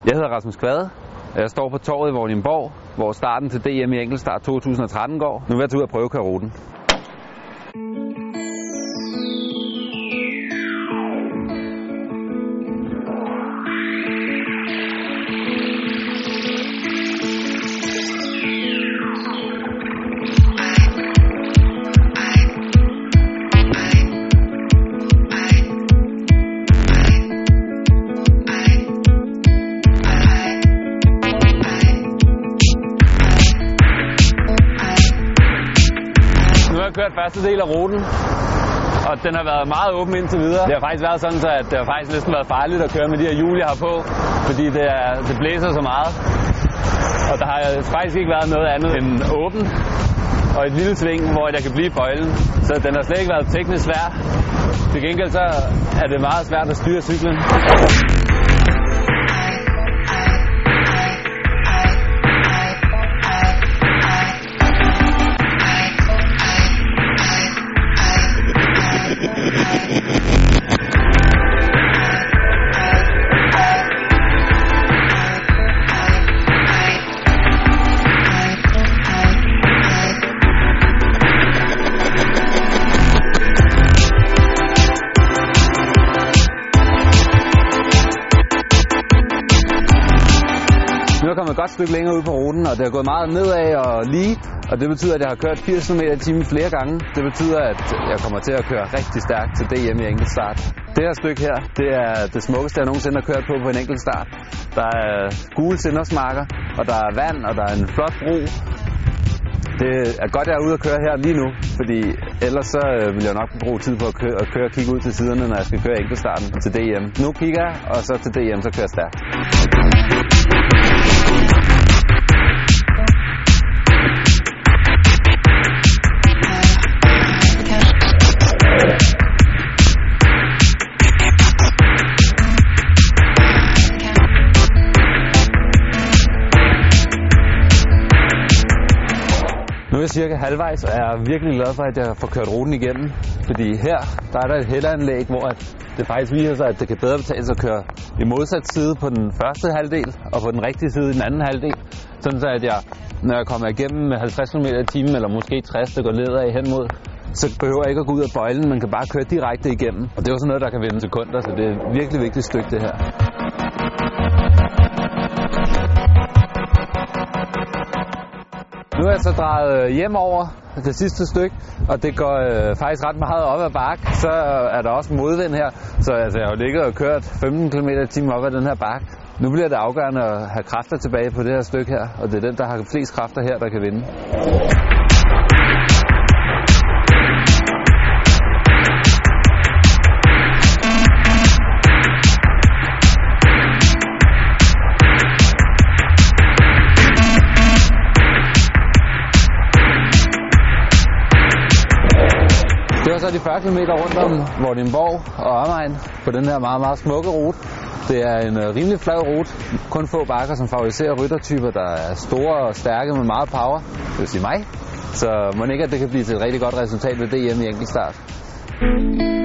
Jeg hedder Rasmus Kvade. Jeg står på torvet i Vordingborg, hvor starten til DM i enkeltstart 2013 går. Nu vil jeg tage ud og prøve at køre ruten. Jeg har kørt første del af ruten, og den har været meget åben indtil videre. Det har faktisk været sådan, at det har faktisk næsten været farligt at køre med de her hjul, jeg har på, fordi det blæser så meget. Og der har faktisk ikke været noget andet end åben og et lille sving, hvor jeg kan blive i bøjlen. Så den har slet ikke været teknisk svær. Til gengæld så er det meget svært at styre cyklen. Nu er jeg kommet et godt stykke længere ud på ruten, og det har gået meget nedad og lige, og det betyder, at jeg har kørt 80 km/t flere gange. Det betyder, at jeg kommer til at køre rigtig stærkt til DM i enkeltstart. Det her stykke her, det er det smukkeste, jeg nogensinde har kørt på en enkeltstart. Der er gule sindersmarker, og der er vand, og der er en flot bro. Det er godt, at jeg er ude at køre her lige nu, fordi ellers så vil jeg nok bruge tid på at køre og kigge ud til siderne, når jeg skal køre enkeltstarten til DM. Nu kigger jeg, og så til DM, så kører jeg stærkt. Nu er jeg cirka halvvejs, og jeg er virkelig glad for, at jeg får kørt ruten igennem. Fordi her, der er der et hældeanlæg, hvor det faktisk viser sig, at det kan bedre betale sig at køre i modsat side på den første halvdel, og på den rigtige side i den anden halvdel. Sådan så, at jeg, når jeg kommer igennem med 50 km/t, eller måske 60, der går nedad hen mod, så behøver jeg ikke at gå ud af bøjlen, man kan bare køre direkte igennem. Og det er jo sådan noget, der kan vinde sekunder, så det er et virkelig vigtigt stykke, det her. Nu er jeg så drejet hjem over det sidste stykke, og det går faktisk ret meget op ad bakke. Så er der også modvind her, så altså, jeg har ligget og kørt 15 km/t op ad den her bakke. Nu bliver det afgørende at have kræfter tilbage på det her stykke her, og det er den, der har flest kræfter her, der kan vinde. Det var så de 40 km rundt om Vordingborg og omegn på den her meget, meget smukke rute. Det er en rimelig flad rute. Kun få bakker, som favoriserer ryttertyper, der er store og stærke med meget power. Det vil sige mig. Så må ikke, at det kan blive til et rigtig godt resultat ved DM i enkeltstart.